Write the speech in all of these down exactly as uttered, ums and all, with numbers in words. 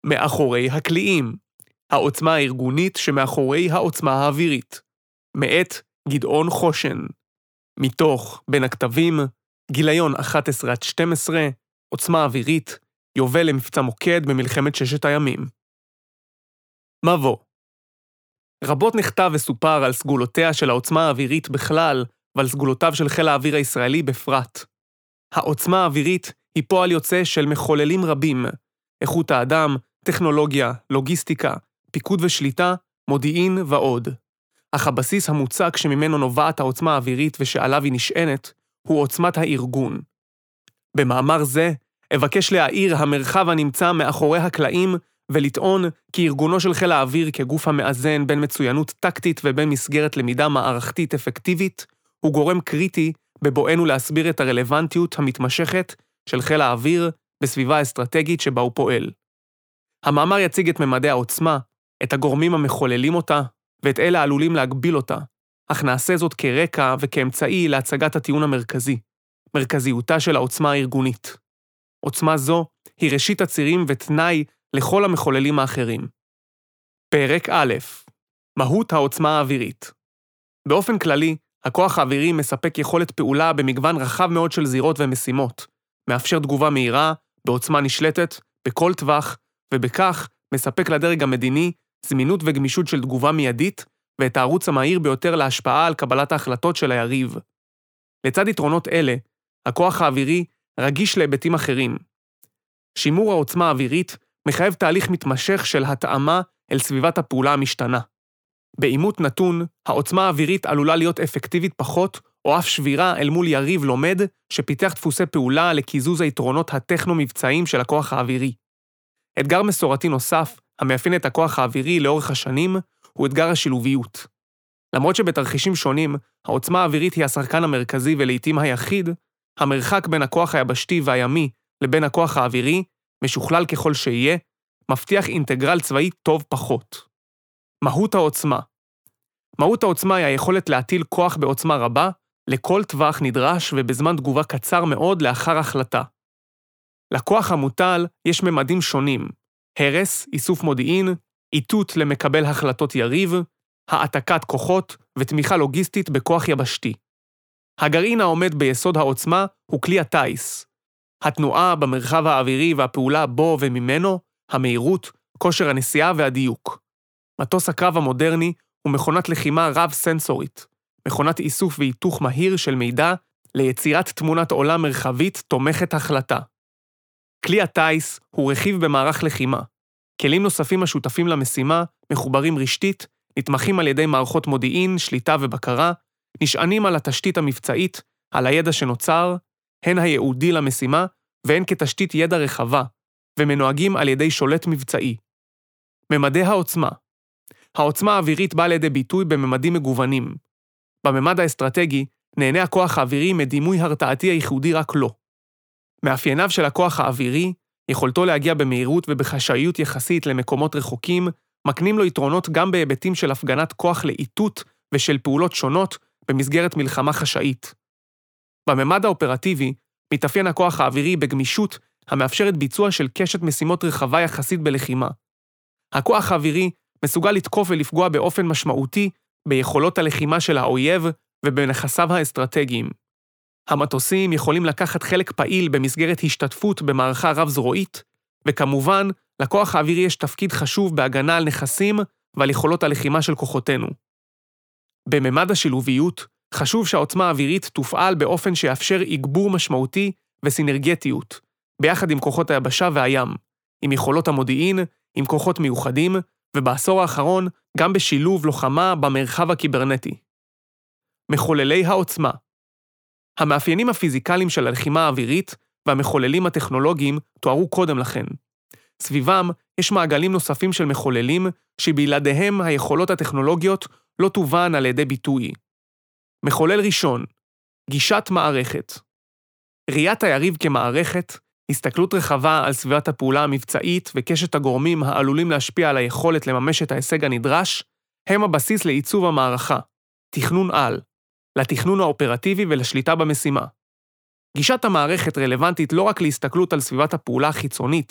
מאחורי הקליעים, העוצמה הארגונית שמאחורי העוצמה האווירית, מאת גדעון חושן, מתוך בין הכתבים, גיליון אחת עשרה עד שתים עשרה, עוצמה אווירית, יובל למבצע מוקד במלחמת ששת הימים. מבוא. רבות נכתב וסופר על סגולותיה של העוצמה האווירית בכלל, ועל סגולותיו של חיל האוויר הישראלי בפרט. העוצמה האווירית היא פועל יוצא של מחוללים רבים, איכות האדם, טכנולוגיה, לוגיסטיקה, פיקוד ושליטה, מודיעין ועוד. אך הבסיס המוצק שממנו נובעת העוצמה האווירית ושעליו היא נשענת, הוא עוצמת הארגון. במאמר זה, אבקש להעיר המרחב הנמצא מאחורי הקלעים, ולטעון כי ארגונו של חיל האוויר כגוף המאזן בין מצוינות טקטית ובין מסגרת למידה מערכתית אפקטיבית, הוא גורם קריטי בבואנו להסביר את הרלוונטיות המתמשכת של חיל האוויר בסביבה האסטרטגית שבה הוא פועל. המאמר יציג את ממדי העוצמה, את הגורמים המחוללים אותה, ואת אלה העלולים להגביל אותה, אך נעשה זאת כרקע וכאמצעי להצגת הטיעון המרכזי, מרכזיותה של העוצמה הארגונית. עוצמה זו היא ראשית הצירים ותנאי לכל המחוללים האחרים. פרק א', מהות העוצמה האווירית. באופן כללי, הכוח האווירי מספק יכולת פעולה במגוון רחב מאוד של זירות ומשימות, מאפשר תגובה מהירה, בעוצמה נשלטת, בכל טווח, ובכך מספק לדרג המדיני זמינות וגמישות של תגובה מיידית, ואת הערוץ המהיר ביותר להשפעה על קבלת ההחלטות של היריב. לצד יתרונות אלה, הכוח האווירי רגיש להיבטים אחרים. שימור העוצמה האווירית מחייב תהליך מתמשך של התאמה אל סביבת הפעולה המשתנה. באימות נתון, העוצמה האווירית עלולה להיות אפקטיבית פחות, או אף שבירה אל מול יריב לומד שפיתח דפוסי פעולה לקיזוז היתרונות הטכנו-מבצעיים של הכוח האווירי. אתגר מסורתי נוסף, המאפיין את הכוח האווירי לאורך השנים, הוא אתגר השילוביות. למרות שבתרחישים שונים, העוצמה האווירית היא השחקן המרכזי ולעיתים היחיד, המרחק בין הכוח היבשתי והימי לבין הכוח האווירי, משוכלל ככל שיהיה, מבטיח אינטגרל צבאי טוב פחות. מהות העוצמה. מהות העוצמה היא היכולת להטיל כוח בעוצמה רבה, לכל טווח נדרש ובזמן תגובה קצר מאוד לאחר החלטה. לכוח המוטל יש ממדים שונים, הרס, איסוף מודיעין, איתות למקבל החלטות יריב, העתקת כוחות ותמיכה לוגיסטית בכוח יבשתי. הגרעין העומד ביסוד העוצמה הוא כלי הטייס. התנועה במרחב האווירי והפעולה בו וממנו, המהירות, כושר הנסיעה והדיוק. מטוס הקרב המודרני הוא מכונת לחימה רב-סנסורית, מכונת איסוף והיתוך מהיר של מידע ליצירת תמונת עולם מרחבית תומכת החלטה. כלי הטייס הוא רכיב במערך לחימה. כלים נוספים השותפים למשימה, מחוברים רשתית, נתמכים על ידי מערכות מודיעין, שליטה ובקרה, נשענים על התשתית המבצעית, על הידע שנוצר, הן הייעודי למשימה, והן כתשתית ידע רחבה, ומנוהגים על ידי שולט מבצעי. ממדי העוצמה. העוצמה האווירית באה לידי ביטוי בממדים מגוונים. בממד האסטרטגי, נהנה הכוח האווירי מדימוי הרתעתי הייחודי רק לו. מאפייניו של הכוח האווירי, יכולתו להגיע במהירות ובחשאיות יחסית למקומות רחוקים, מקנים לו יתרונות גם בהיבטים של הפגנת כוח לאיתות ושל פעולות שונות במסגרת מלחמה חשאית. בממד האופרטיבי, מתאפיין הכוח האווירי בגמישות המאפשרת ביצוע של קשת משימות רחבה יחסית בלחימה. הכוח האווירי מסוגל לתקוף ולפגוע באופן משמעותי ביכולות הלחימה של האויב ובנכסיו האסטרטגיים. המטוסים יכולים לקחת חלק פעיל במסגרת השתתפות במערכה רב-זרועית, וכמובן, לכוח האווירי יש תפקיד חשוב בהגנה על נכסים ועל יכולות הלחימה של כוחותינו. בממד השילוביות, חשוב שהעוצמה האווירית תופעל באופן שיאפשר איגבור משמעותי וסינרגטיות, ביחד עם כוחות היבשה והים, עם יכולות המודיעין, עם כוחות מיוחדים, ובעשור האחרון גם בשילוב לוחמה במרחב הקיברנטי. מחוללי העוצמה. המאפיינים הפיזיקליים של הלחימה האווירית והמחוללים הטכנולוגיים תוארו קודם לכן. סביבם יש מעגלים נוספים של מחוללים שבלעדיהם היכולות הטכנולוגיות לא תובן על ידי ביטוי. מחולל ראשון, גישת מערכת. ראיית היריב כמערכת, הסתכלות רחבה על סביבת הפעולה המבצעית וקשת הגורמים העלולים להשפיע על היכולת לממש את ההישג הנדרש, הם הבסיס לעיצוב המערכה, תכנון על, לתכנון האופרטיבי ולשליטה במשימה. גישת המערכת רלוונטית לא רק להסתכלות על סביבת הפעולה החיצונית,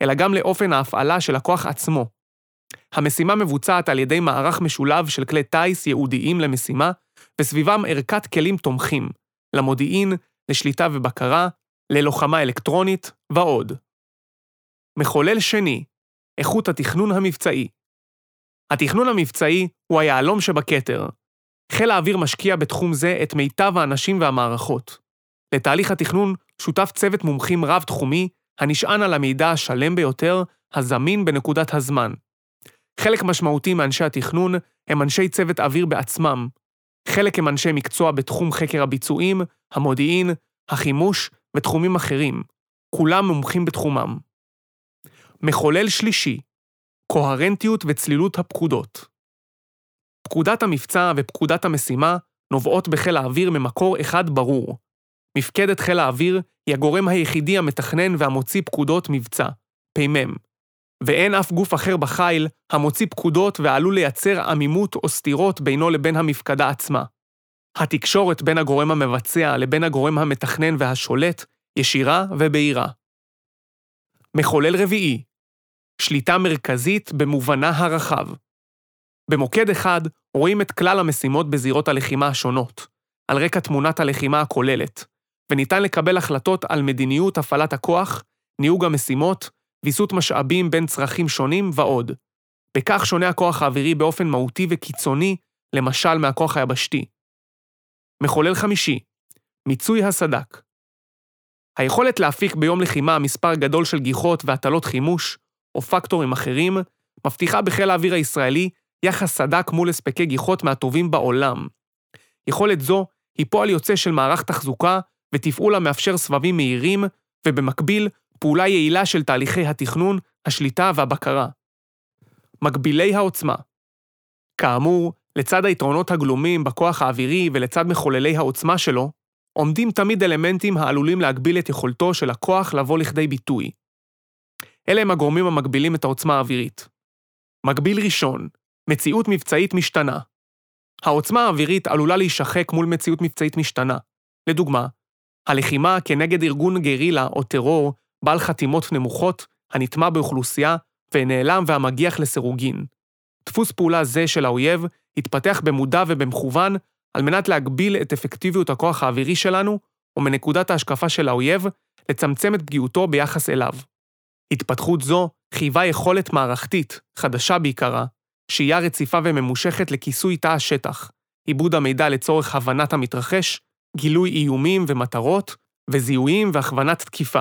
אלא גם לאופן ההפעלה של הכוח עצמו. המשימה מבוצעת על ידי מערך משולב של כלי טייס ייעודיים למשימה, וסביבם ערכת כלים תומכים, למודיעין, לשליטה ובקרה, ללוחמה אלקטרונית ועוד. מחולל שני, איכות התכנון המבצעי. התכנון המבצעי הוא היעלום שבכתר. חיל האוויר משקיע בתחום זה את מיטב האנשים והמערכות. לתהליך התכנון שותף צוות מומחים רב-תחומי, הנשען על המידע השלם ביותר, הזמין בנקודת הזמן. חלק משמעותי מאנשי התכנון הם אנשי צוות אוויר בעצמם. חלק הם אנשי מקצוע בתחום חקר הביצועים, המודיעין, החימוש ותחומים אחרים. כולם מומחים בתחומם. מחולל שלישי, קוהרנטיות וצלילות הפקודות. פקודת המבצע ופקודת המשימה נובעות בחיל האוויר ממקור אחד ברור. מפקדת חיל האוויר היא הגורם היחידי המתכנן והמוציא פקודות מבצע, פ"מ. ואין אף גוף אחר בחיל המוציא פקודות ועלול לייצר עמימות או סתירות בינו לבין המפקדה עצמה. התקשורת בין הגורם המבצע לבין הגורם המתכנן והשולט ישירה ובהירה. מחולל רביעי, שליטה מרכזית במובנה הרחב. במוקד אחד רואים את כלל המשימות בזירות הלחימה השונות, על רקע תמונת הלחימה הכוללת, וניתן לקבל החלטות על מדיניות הפעלת הכוח, ניהוג המשימות, ויסות משאבים בין צרכים שונים ועוד. בכך שונה הכוח האווירי באופן מהותי וקיצוני, למשל מהכוח היבשתי. מחולל חמישי, מיצוי הסד"כ. היכולת להפיק ביום לחימה מספר גדול של גיחות והטלות חימוש, או פקטורים אחרים, מבטיחה בחיל האוויר הישראלי יחס סד"כ מול הספקי גיחות מהטובים בעולם. יכולת זו היא פועל יוצא של מערך תחזוקה ותפעול המאפשר סבבים מהירים, ובמקביל פעולה יעילה של תהליכי התכנון, השליטה והבקרה. מגבילי העוצמה. כאמור, לצד היתרונות הגלומים בכוח האווירי ולצד מחוללי העוצמה שלו, עומדים תמיד אלמנטים העלולים להגביל את יכולתו של הכוח לבוא לכדי ביטוי. אלה הם הגורמים המגבילים את העוצמה האווירית. מגביל ראשון, מציאות מבצעית משתנה. העוצמה האווירית עלולה להישחק מול מציאות מבצעית משתנה. לדוגמה, הלחימה כנגד ארגון גרילה או טרור בעל חתימות נמוכות, הנטמע באוכלוסייה ונעלם והמגיח לסירוגין. דפוס פעולה זה של האויב התפתח במודע ובמכוון על מנת להגביל את אפקטיביות הכוח האווירי שלנו, ומנקודת ההשקפה של האויב לצמצם את פגיעותו ביחס אליו. התפתחות זו חייבה יכולת מערכתית, חדשה בעיקרה, שהייה רציפה וממושכת לכיסוי תא השטח, עיבוד המידע לצורך הבנת המתרחש, גילוי איומים ומטרות, וזיהויים והכוונת תקיפה.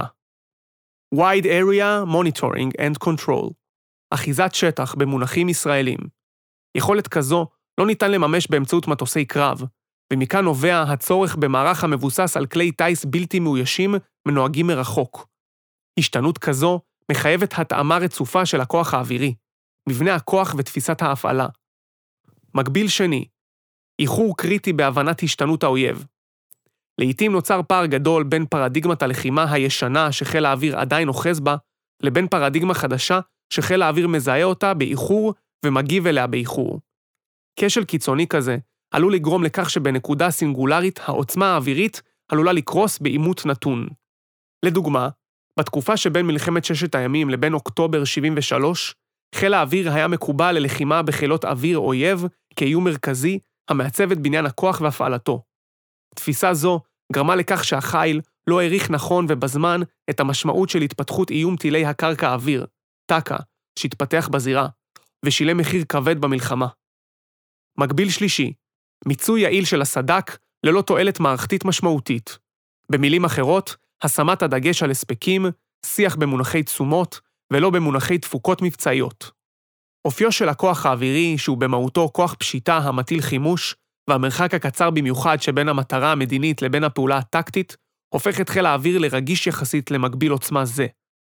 Wide Area Monitoring and Control, אחיזת שטח במונחים ישראלים. יכולת כזו לא ניתן לממש באמצעות מטוסי קרב, ומכאן נובע הצורך במערך המבוסס על כלי טייס בלתי מאוישים מנוהגים מרחוק. השתנות כזו מחייבת התאמה רצופה של הכוח האווירי, מבנה הכוח ותפיסת ההפעלה. מגביל שני, איחור קריטי בהבנת השתנות האויב. לעתים נוצר פער גדול בין פרדיגמת הלחימה הישנה שחיל האוויר עדיין אוחז בה, לבין פרדיגמה חדשה שחיל האוויר מזהה אותה באיחור ומגיב אליה באיחור. כשל קיצוני כזה עלול לגרום לכך שבנקודה סינגולרית העוצמה האווירית עלולה לקרוס באימות נתון. לדוגמה, בתקופה שבין מלחמת ששת הימים לבין אוקטובר שבעים ושלוש, חיל האוויר היה מקובל ללחימה בחילות אוויר אויב כאיום מרכזי המעצב את בניין הכוח והפעלתו. תפיסה זו גרמה לכך שהחיל לא העריך נכון ובזמן את המשמעות של התפתחות איום טילי הקרקע האוויר, טקה, שהתפתח בזירה, ושילם מחיר כבד במלחמה. מגביל שלישי, מיצוי יעיל של הסד"כ ללא תועלת מערכתית משמעותית. במילים אחרות, השמת הדגש על הספקים, שיח במונחי תשומות, ולא במונחי תפוקות מבצעיות. אופיו של הכוח האווירי, שהוא במהותו כוח פשיטה המטיל חימוש, והמרחק הקצר במיוחד שבין המטרה המדינית לבין הפעולה הטקטית, הופך את חיל האוויר לרגיש יחסית למגביל עוצמה זה.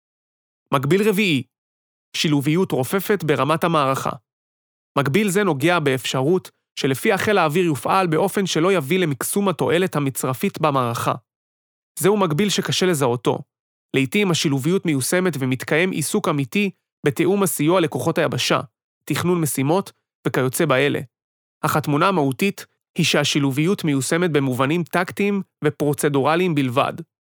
מגביל רביעי, שילוביות רופפת ברמת המערכה. מגביל זה נוגע באפשרות שלפי חיל האוויר יופעל באופן שלא יביא למקסום התועלת המצרפית במערכה. זהו מגביל שקשה לזהותו. לעתים השילוביות מיושמת ומתקיים עיסוק אמיתי בתיאום הסיוע לכוחות היבשה, תכנון משימות וכיוצא באלה. אך התמונה המהותית היא שהשילוביות מיושמת במובנים טקטיים ופרוצדורליים בלבד.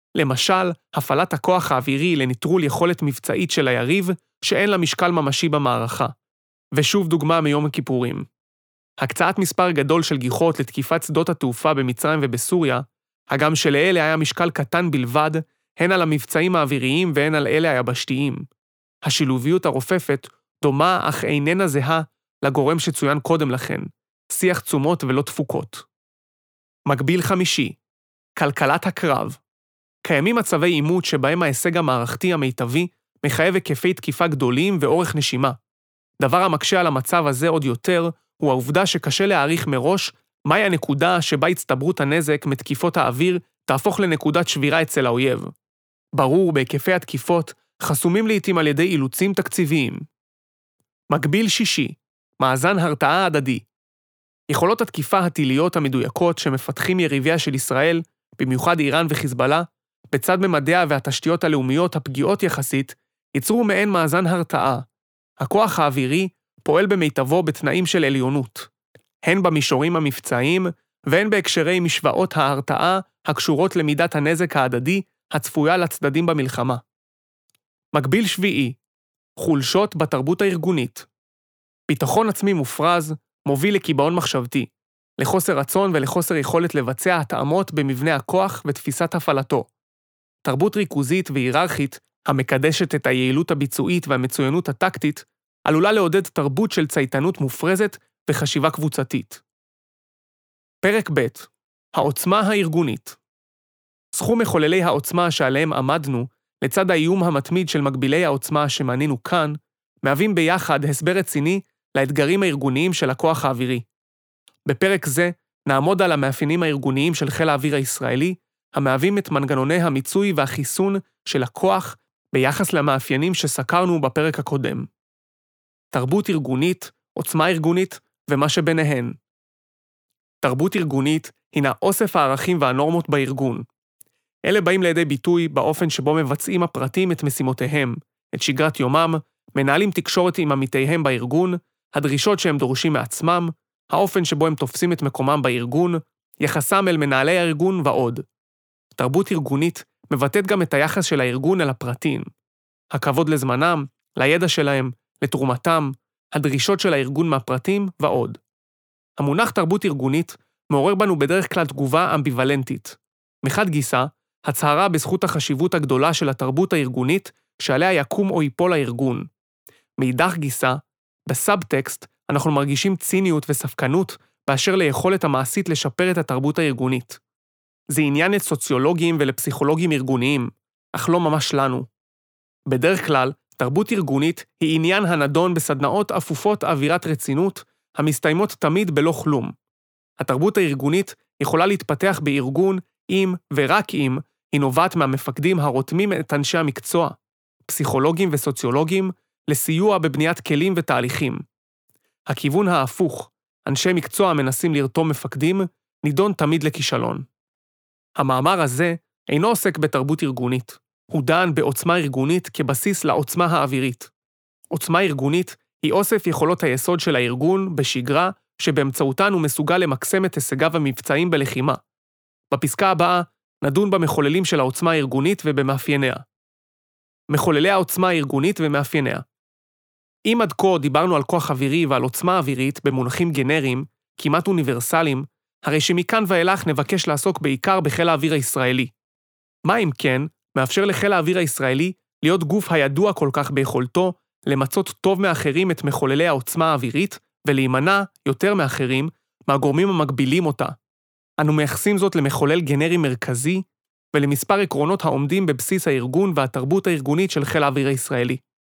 למשל, הפעלת הכוח האווירי לניטרול יכולת מבצעית של היריב, שאין לה משקל ממשי במערכה. ושוב דוגמה מיום הכיפורים. הקצאת מספר גדול של גיחות לתקיפת שדות התעופה במצרים ובסוריה, הגם שלאלה היה משקל קטן בלבד, הן על המבצעים האוויריים והן על אלה היבשתיים. השילוביות הרופפת דומה אך איננה זהה לגורם שצוין קודם לכן, שיח תשומות ולא תפוקות. מקביל חמישי, כלכלת הקרב. קיימים מצבי עימות שבהם ההישג המערכתי המיטבי מחייב היקפי תקיפה גדולים ואורך נשימה. דבר המקשה על המצב הזה עוד יותר, הוא העובדה שקשה להעריך מראש מהי הנקודה שבה הצטברות הנזק מתקיפות האוויר תהפוך לנקודת שבירה אצל האויב. ברור, בהיקפי התקיפות חסומים לעתים על ידי אילוצים תקציביים. מקביל שישי, מאזן הרתעה הדדי. יכולות התקיפה הטיליות המדויקות שמפתחים יריביה של ישראל, במיוחד איראן וחיזבאללה, בצד ממדיה והתשתיות הלאומיות הפגיעות יחסית, ייצרו מעין מאזן הרתעה. הכוח האווירי פועל במיטבו בתנאים של עליונות, הן במישורים המבצעיים והן בהקשרי משוואות ההרתעה הקשורות למידת הנזק ההדדי הצפויה לצדדים במלחמה. מקביל שביעי, חולשות בתרבות הארגונית. ביטחון עצמי מופרז מוביל לקיבעון מחשבתי, לחוסר רצון ולחוסר יכולת לבצע התאמות במבנה הכוח ותפיסת הפעלתו. תרבות ריכוזית והיררכית, המקדשת את היעילות הביצועית והמצוינות הטקטית, עלולה לעודד תרבות של צייתנות מופרזת וחשיבה קבוצתית. פרק ב' העוצמה הארגונית. סכום מחוללי העוצמה שעליהם עמדנו, לצד האיום המתמיד של מקבילי העוצמה שמנינו כאן, מהווים ביחד הסבר רציני לאתגרים הארגוניים של הכוח האווירי. בפרק זה נעמוד על המאפיינים הארגוניים של חיל האוויר הישראלי, המהווים את מנגנוני המיצוי והחיסון של הכוח ביחס למאפיינים שסקרנו בפרק הקודם. תרבות ארגונית, עוצמה ארגונית ומה שביניהן. תרבות ארגונית הינה אוסף הערכים והנורמות בארגון. אלה באים לידי ביטוי באופן שבו מבצעים הפרטים את משימותיהם, את שגרת יומם, מנהלים תקשורת עם עמיתיהם בארגון, הדרישות שהם דורשים מעצמם, האופן שבו הם תופסים את מקומם בארגון, יחסם אל מנהלי הארגון ועוד. תרבות ארגונית מבטאת גם את היחס של הארגון אל הפרטים. הכבוד לזמנם, לידע שלהם, לתרומתם, הדרישות של הארגון מהפרטים ועוד. המונח תרבות ארגונית מעורר בנו בדרך כלל תגובה אמביוולנטית. מחד גיסא, הצהרה בזכות החשיבות הגדולה של התרבות הארגונית שעליה יקום או ייפול הארגון. מאידך גיסא, בסאבטקסט אנחנו מרגישים ציניות וספקנות באשר ליכולת המעשית לשפר את התרבות הארגונית. זה עניין לסוציולוגים ולפסיכולוגים ארגוניים, אך לא ממש לנו. בדרך כלל, תרבות ארגונית היא עניין הנדון בסדנאות אפופות אווירת רצינות, המסתיימות תמיד בלא כלום. התרבות הארגונית יכולה להתפתח בארגון אם ורק אם היא נובעת מהמפקדים הרותמים את אנשי המקצוע, פסיכולוגים וסוציולוגים, לסיוע בבניית כלים ותהליכים. הכיוון ההפוך, אנשי מקצוע מנסים לרתום מפקדים, נידון תמיד לכישלון. המאמר הזה אינו עוסק בתרבות ארגונית, הוא דן בעוצמה ארגונית כבסיס לעוצמה האווירית. עוצמה ארגונית היא אוסף יכולות היסוד של הארגון בשגרה, שבאמצעותן הוא מסוגל למקסם את הישגיו המבצעיים בלחימה. בפסקה הבאה נדון במחוללים של העוצמה הארגונית ובמאפייניה. מחוללי העוצמה הארגונית ומאפייניה. אם עד כה דיברנו על כוח אווירי ועל עוצמה אווירית במונחים גנריים, כמעט אוניברסליים, הרי שמכאן ואילך נבקש לעסוק בעיקר בחיל האוויר הישראלי. מה אם כן מאפשר לחיל האוויר הישראלי להיות גוף הידוע כל כך ביכולתו למצות טוב מאחרים את מחוללי העוצמה האווירית ולהימנע יותר מאחרים מהגורמים המגבילים אותה. אנו מייחסים זאת למחולל גנרי מרכזי ולמספר עקרונות העומדים בבסיס הארגון והתרבות הארגונית של חיל האוויר הישראלי.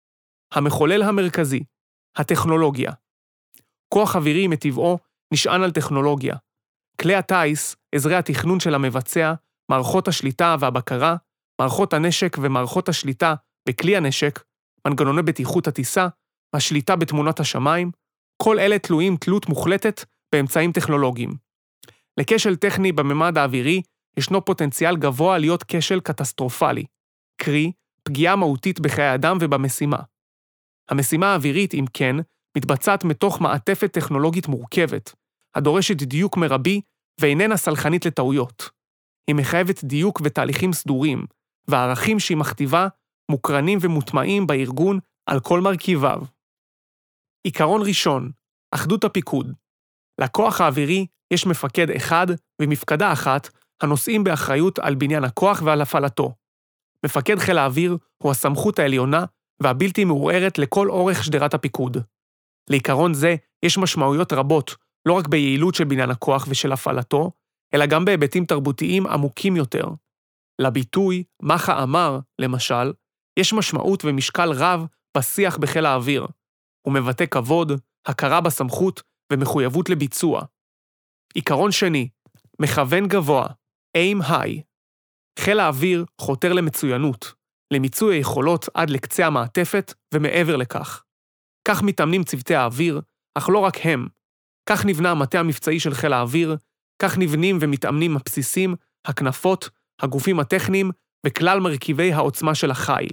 המחולל המרכזי, הטכנולוגיה. כוח אווירי מטבעו נשען על טכנולוגיה. כלי הטייס, עזרי התכנון של המבצע, מערכות השליטה והבקרה, מערכות הנשק ומערכות השליטה בכלי הנשק, מנגנוני בטיחות הטיסה, השליטה בתמונת השמיים, כל אלה תלויים תלות מוחלטת באמצעים טכנולוגיים. לכשל טכני בממד האווירי ישנו פוטנציאל גבוה להיות כשל קטסטרופלי, קרי, פגיעה מהותית בחיי אדם ובמשימה. המשימה האווירית, אם כן, מתבצעת מתוך מעטפת טכנולוגית מורכבת, הדורשת דיוק מרבי ואיננה סלחנית לטעויות. היא מחייבת דיוק ותהליכים סדורים, והערכים שהיא מכתיבה מוקרנים ומוטמעים בארגון על כל מרכיביו. עיקרון ראשון, אחדות הפיקוד. לכוח האווירי יש מפקד אחד ומפקדה אחת הנושאים באחריות על בניין הכוח ועל הפעלתו. מפקד חיל האוויר הוא הסמכות העליונה והבלתי מעורערת לכל אורך שדרת הפיקוד. לעיקרון זה יש משמעויות רבות, לא רק ביעילות של בניין הכוח ושל הפעלתו, אלא גם בהיבטים תרבותיים עמוקים יותר. לביטוי "מחה אמר", למשל, יש משמעות ומשקל רב בשיח בחיל האוויר. הוא מבטא כבוד, הכרה בסמכות ומחויבות לביצוע. עיקרון שני, מכוון גבוה, aim high. חיל האוויר חותר למצוינות, למיצוי היכולות עד לקצה המעטפת ומעבר לכך. כך מתאמנים צוותי האוויר, אך לא רק הם. כך נבנה המטה המבצעי של חיל האוויר, כך נבנים ומתאמנים הבסיסים, הכנפות, הגופים הטכניים וכלל מרכיבי העוצמה של החיל.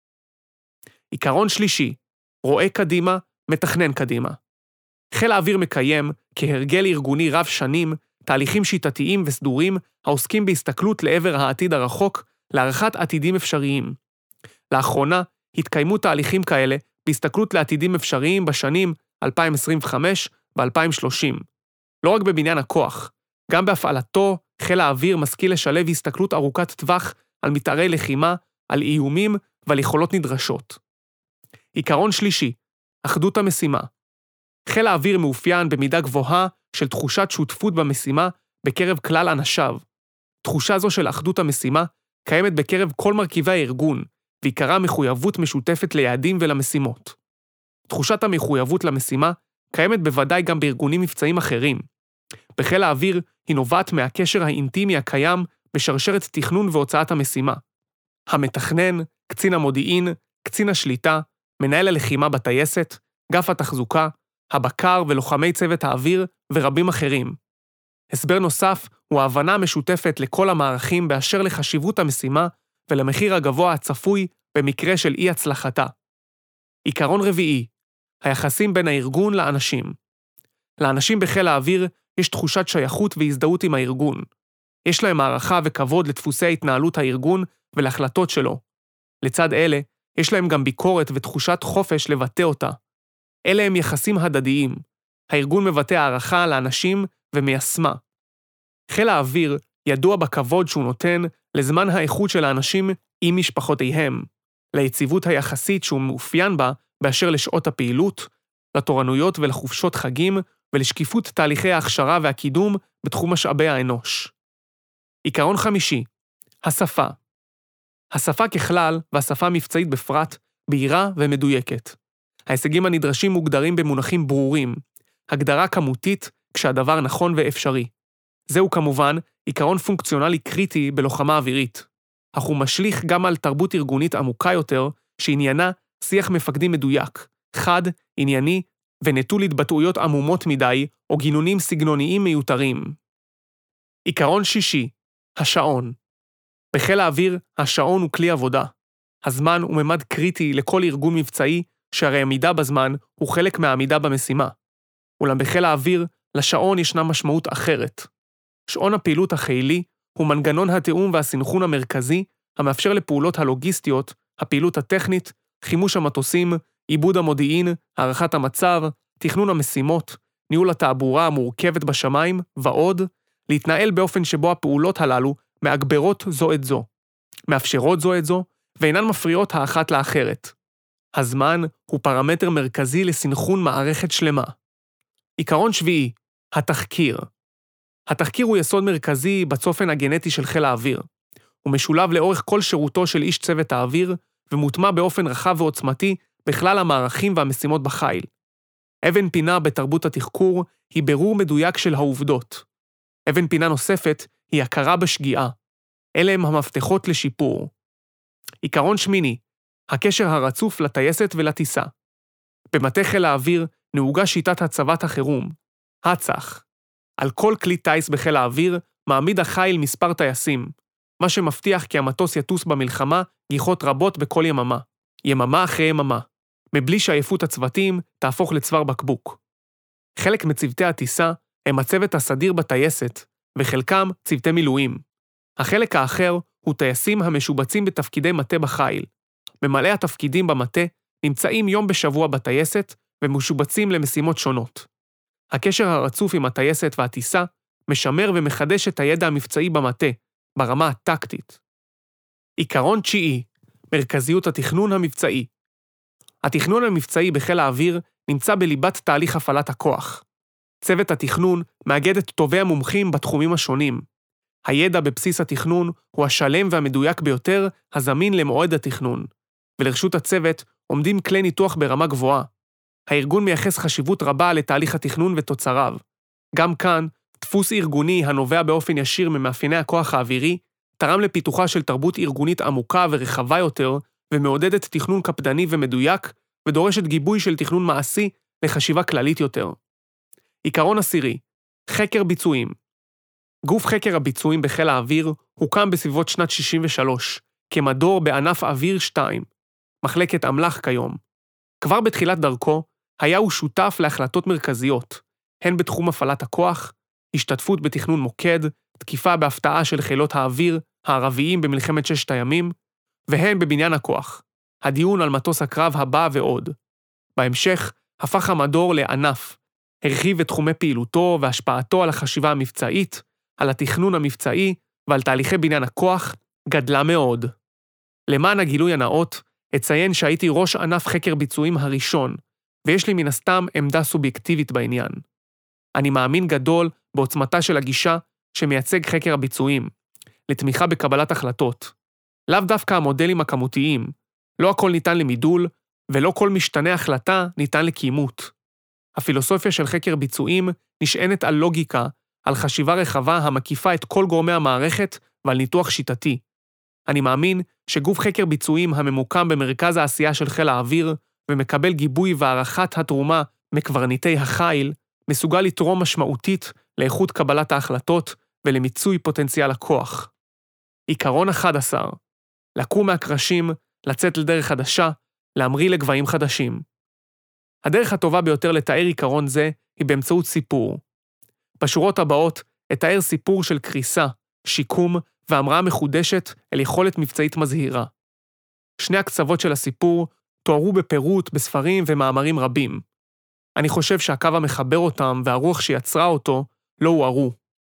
עיקרון שלישי, רואה קדימה, מתכנן קדימה. חיל האוויר מקיים, כהרגל ארגוני רב שנים, תהליכים שיטתיים וסדורים העוסקים בהסתכלות לעבר העתיד הרחוק להערכת עתידים אפשריים. לאחרונה התקיימו תהליכים כאלה בהסתכלות לעתידים אפשריים בשנים אלפיים עשרים וחמש ו-אלפיים שלושים. לא רק בבניין הכוח, גם בהפעלתו חיל האוויר משכיל לשלב הסתכלות ארוכת טווח על מתארי לחימה, על איומים ועל יכולות נדרשות. עיקרון שלישי, אחדות המשימה. חיל האוויר מאופיין במידה גבוהה של תחושת שותפות במשימה בקרב כלל אנשיו. תחושה זו של אחדות המשימה קיימת בקרב כל מרכיבי הארגון, ועיקרה מחויבות משותפת ליעדים ולמשימות. תחושת המחויבות למשימה קיימת בוודאי גם בארגונים מבצעים אחרים. בחיל האוויר היא נובעת מהקשר האינטימי הקיים בשרשרת תכנון והוצאת המשימה. המתכנן, קצין המודיעין, קצין השליטה, מנהל הלחימה בטייסת, גף התחזוקה, הבקר ולוחמי צוות האוויר ורבים אחרים. הסבר נוסף הוא ההבנה המשותפת לכל המערכים באשר לחשיבות המשימה ולמחיר הגבוה הצפוי במקרה של אי הצלחתה. עיקרון רביעי, היחסים בין הארגון לאנשים. לאנשים בחיל האוויר יש תחושת שייכות והזדהות עם הארגון. יש להם הערכה וכבוד לדפוסי ההתנהלות הארגון ולהחלטות שלו. לצד אלה, יש להם גם ביקורת ותחושת חופש לבטא אותה. אלה הם יחסים הדדיים. הארגון מבטא הערכה לאנשים ומיישמה. חיל האוויר ידוע בכבוד שהוא נותן לזמן האיכות של האנשים עם משפחותיהם, ליציבות היחסית שהוא מאופיין בה באשר לשעות הפעילות, לתורנויות ולחופשות חגים ולשקיפות תהליכי ההכשרה והקידום בתחום משאבי האנוש. עיקרון חמישי, השפה. השפה ככלל והשפה המבצעית בפרט בהירה ומדויקת. ההישגים הנדרשים מוגדרים במונחים ברורים, הגדרה כמותית כשהדבר נכון ואפשרי. זהו כמובן עיקרון פונקציונלי קריטי בלוחמה אווירית, אך הוא משליך גם על תרבות ארגונית עמוקה יותר, שעניינה שיח מפקדים מדויק, חד, ענייני ונטול התבטאויות עמומות מדי או גינונים סגנוניים מיותרים. עיקרון שישי, השעון. בחיל האוויר השעון הוא כלי עבודה. הזמן הוא ממד קריטי לכל ארגון מבצעי, שהרי עמידה בזמן הוא חלק מהעמידה במשימה. אולם בחיל האוויר לשעון ישנה משמעות אחרת. שעון הפעילות החילי הוא מנגנון התיאום והסנכרון המרכזי המאפשר לפעולות הלוגיסטיות, הפעילות הטכנית, חימוש המטוסים, עיבוד המודיעין, הערכת המצב, תכנון המשימות, ניהול התעבורה המורכבת בשמיים ועוד, להתנהל באופן שבו הפעולות הללו מאגברות זו את זו, מאפשרות זו את זו ואינן מפריעות האחת לאחרת. הזמן הוא פרמטר מרכזי לסנכרון מערכת שלמה. עיקרון שביעי, התחקיר. התחקיר הוא יסוד מרכזי בצופן הגנטי של חיל האוויר. הוא משולב לאורך כל שירותו של איש צוות האוויר, ומוטמע באופן רחב ועוצמתי בכלל המערכים והמשימות בחיל. אבן פינה בתרבות התחקור היא ברור מדויק של העובדות. אבן פינה נוספת היא הכרה בשגיאה. אלה הם המפתחות לשיפור. עיקרון שמיני, הקשר הרצוף לטייסת ולטיסה. במטה חיל האוויר נהוגה שיטת הצבת החירום, הצח. על כל כלי טייס בחיל האוויר מעמיד החיל מספר טייסים, מה שמבטיח כי המטוס יטוס במלחמה גיחות רבות בכל יממה, יממה אחרי יממה, מבלי שעייפות הצוותים תהפוך לצוואר בקבוק. חלק מצוותי הטיסה הם הצוות הסדיר בטייסת, וחלקם צוותי מילואים. החלק האחר הוא טייסים המשובצים בתפקידי מטה בחיל. ממלאי התפקידים במטה נמצאים יום בשבוע בטייסת ומשובצים למשימות שונות. הקשר הרצוף עם הטייסת והטיסה משמר ומחדש את הידע המבצעי במטה, ברמה הטקטית. עיקרון תשיעי, מרכזיות התכנון המבצעי. התכנון המבצעי בחיל האוויר נמצא בליבת תהליך הפעלת הכוח. צוות התכנון מאגד את טובי המומחים בתחומים השונים. הידע בבסיס התכנון הוא השלם והמדויק ביותר הזמין למועד התכנון, ולרשות הצוות עומדים כלי ניתוח ברמה גבוהה. הארגון מייחס חשיבות רבה לתהליך התכנון ותוצריו. גם כאן, דפוס ארגוני הנובע באופן ישיר ממאפייני הכוח האווירי, תרם לפיתוחה של תרבות ארגונית עמוקה ורחבה יותר, ומעודדת תכנון קפדני ומדויק, ודורשת גיבוי של תכנון מעשי לחשיבה כללית יותר. עיקרון עשירי, חקר ביצועים. גוף חקר הביצועים בחיל האוויר הוקם בסביבות שנת שישים ושלוש, כמדור בענף אוויר שתיים, מחלקת אמל"ח כיום. כבר בתחילת דרכו, היה הוא שותף להחלטות מרכזיות, הן בתחום הפעלת הכוח, השתתפות בתכנון מוקד, תקיפה בהפתעה של חילות האוויר, הערביים במלחמת ששת הימים, והן בבניין הכוח, הדיון על מטוס הקרב הבא ועוד. בהמשך, הפך המדור לענף, הרחיב את תחומי פעילותו והשפעתו על החשיבה המבצעית, על התכנון המבצעי ועל תהליכי בניין הכוח, גדלה מאוד. למען הגילוי הנאות, אציין שהייתי ראש ענף חקר ביצועים הראשון, ויש לי מן הסתם עמדה סובייקטיבית בעניין. אני מאמין גדול בעוצמתה של הגישה שמייצג חקר הביצועים, לתמיכה בקבלת החלטות. לאו דווקא המודלים הכמותיים, לא הכל ניתן למידול, ולא כל משתנה החלטה ניתן לקיימות. הפילוסופיה של חקר ביצועים נשענת על לוגיקה, על חשיבה רחבה המקיפה את כל גורמי המערכת ועל ניתוח שיטתי. אני מאמין שגוף חקר ביצועים הממוקם במרכז העשייה של חיל האוויר ומקבל גיבוי והערכת התרומה מקברניטי החיל, מסוגל לתרום משמעותית לאיכות קבלת ההחלטות ולמיצוי פוטנציאל הכוח. עיקרון אחד עשר, לקום מהקרשים, לצאת לדרך חדשה, להמריא לגבהים חדשים. הדרך הטובה ביותר לתאר עיקרון זה היא באמצעות סיפור. בשורות הבאות אתאר סיפור של קריסה, שיקום והמראה מחודשת אל יכולת מבצעית מזהירה. שני הקצוות של הסיפור תוארו בפירוט בספרים ומאמרים רבים. אני חושב שהקו המחבר אותם והרוח שיצרה אותו לא הוארו.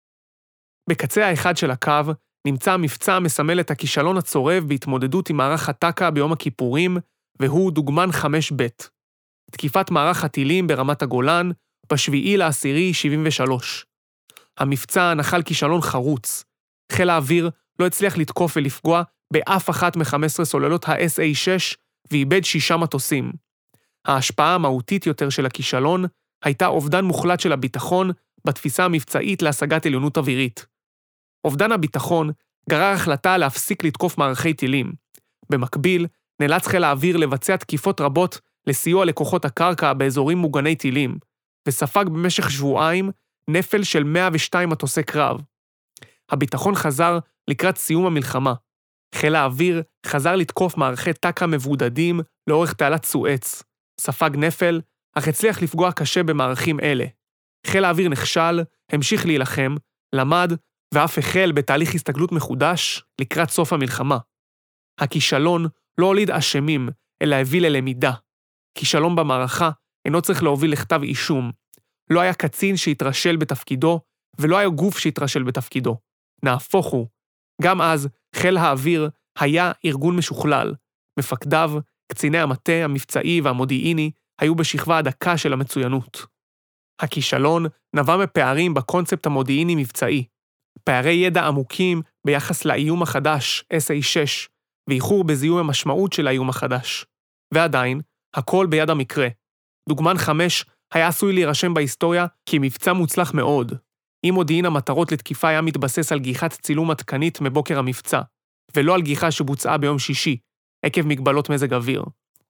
בקצה האחד של הקו נמצא המבצע המסמל את הכישלון הצורב בהתמודדות עם מערך הטקה ביום הכיפורים, והוא דוגמן חמש ב'. תקיפת מערך הטילים ברמת הגולן בשביעי לעשירי שבעים ושלוש. המבצע נחל כישלון חרוץ. חיל האוויר לא הצליח לתקוף ולפגוע באף אחת מ-חמש עשרה סוללות ה-אס איי שש ואיבד שישה מטוסים. ההשפעה המהותית יותר של הכישלון הייתה אובדן מוחלט של הביטחון בתפיסה המבצעית להשגת עליונות אווירית. אובדן הביטחון גרר החלטה להפסיק לתקוף מערכי טילים. במקביל, נאלץ חיל האוויר לבצע תקיפות רבות לסיוע לכוחות הקרקע באזורים מוגני טילים, וספג במשך שבועיים נפל של מאה ושתיים מטוסי קרב. הביטחון חזר לקראת סיום המלחמה. חיל האוויר חזר לתקוף מערכי טקה מבודדים לאורך תעלת סואץ, ספג נפל, אך הצליח לפגוע קשה במערכים אלה. חיל האוויר נכשל, המשיך להילחם, למד, ואף החל בתהליך הסתגלות מחודש לקראת סוף המלחמה. הכישלון לא הוליד אשמים, אלא הביא ללמידה. כישלון במערכה אינו צריך להוביל לכתב אישום. לא היה קצין שהתרשל בתפקידו, ולא היה גוף שהתרשל בתפקידו. נהפוך הוא. גם אז חיל האוויר היה ארגון משוכלל. מפקדיו, קציני המטה, המבצעי והמודיעיני היו בשכבה הדקה של המצוינות. הכישלון נבע מפערים בקונספט המודיעיני-מבצעי. פערי ידע עמוקים ביחס לאיום החדש, אס איי שש, ואיחור בזיהוי המשמעות של האיום החדש. ועדיין, הכל ביד המקרה. דוגמן חמש היה עשוי להירשם בהיסטוריה כמבצע מוצלח מאוד. אם מודיעין המטרות לתקיפה היה מתבסס על גיחת צילום עדכנית מבוקר המבצע, ולא על גיחה שבוצעה ביום שישי, עקב מגבלות מזג אוויר.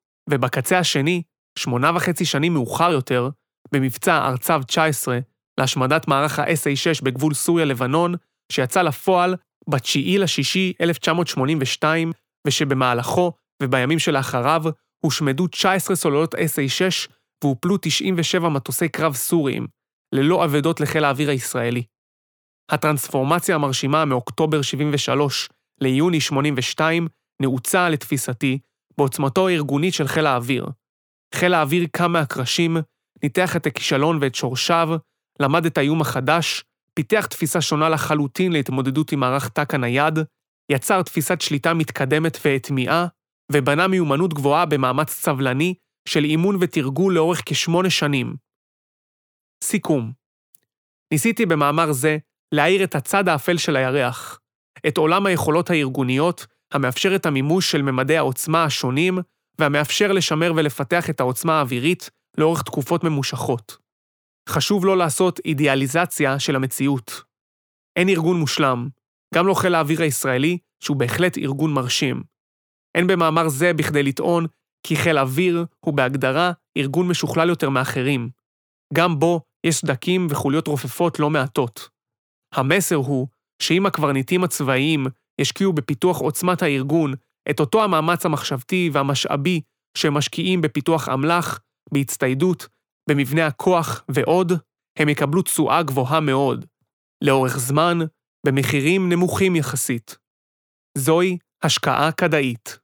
ובקצה השני, שמונה וחצי שנים מאוחר יותר, במבצע ארצב תשע עשרה, להשמדת מערך ה-אס איי שש בגבול סוריה-לבנון, שיצא לפועל בתשיעי לשישי אלף תשע מאות שמונים ושתיים, ושבמהלכו ובימים שלאחריו הושמדו תשע עשרה סוללות אס איי שש והופלו תשעים ושבע מטוסי קרב סוריים, ללא אבדות לחיל האוויר הישראלי. הטרנספורמציה המרשימה מאוקטובר שבעים ושלוש ליוני שמונים ושתיים נעוצה לתפיסתי בעוצמתו הארגונית של חיל האוויר. חיל האוויר קם מהקרשים, ניתח את הכישלון ואת שורשיו, למד את האיום החדש, פיתח תפיסה שונה לחלוטין להתמודדות עם מערך טק הנייד, יצר תפיסת שליטה מתקדמת והטמיעה, ובנה מיומנות גבוהה במאמץ סבלני של אימון ותרגול לאורך כשמונה שנים. סיכום. ניסיתי במאמר זה להאיר את הצד האפל של הירח, את עולם היכולות הארגוניות המאפשר את המימוש של ממדי העוצמה השונים, והמאפשר לשמר ולפתח את העוצמה האווירית לאורך תקופות ממושכות. חשוב לא לעשות אידיאליזציה של המציאות. אין ארגון מושלם, גם לא חיל האוויר הישראלי, שהוא בהחלט ארגון מרשים. אין במאמר זה בכדי לטעון כי חיל האוויר הוא בהגדרה ארגון משוכלל יותר מאחרים. גם בו יש סדקים וחוליות רופפות לא מעטות. המסר הוא שאם הקברניטים הצבאיים ישקיעו בפיתוח עוצמת הארגון את אותו המאמץ המחשבתי והמשאבי שמשקיעים בפיתוח אמל"ח, בהצטיידות, במבנה הכוח ועוד, הם יקבלו תשואה גבוהה מאוד, לאורך זמן, במחירים נמוכים יחסית. זוהי השקעה כדאית.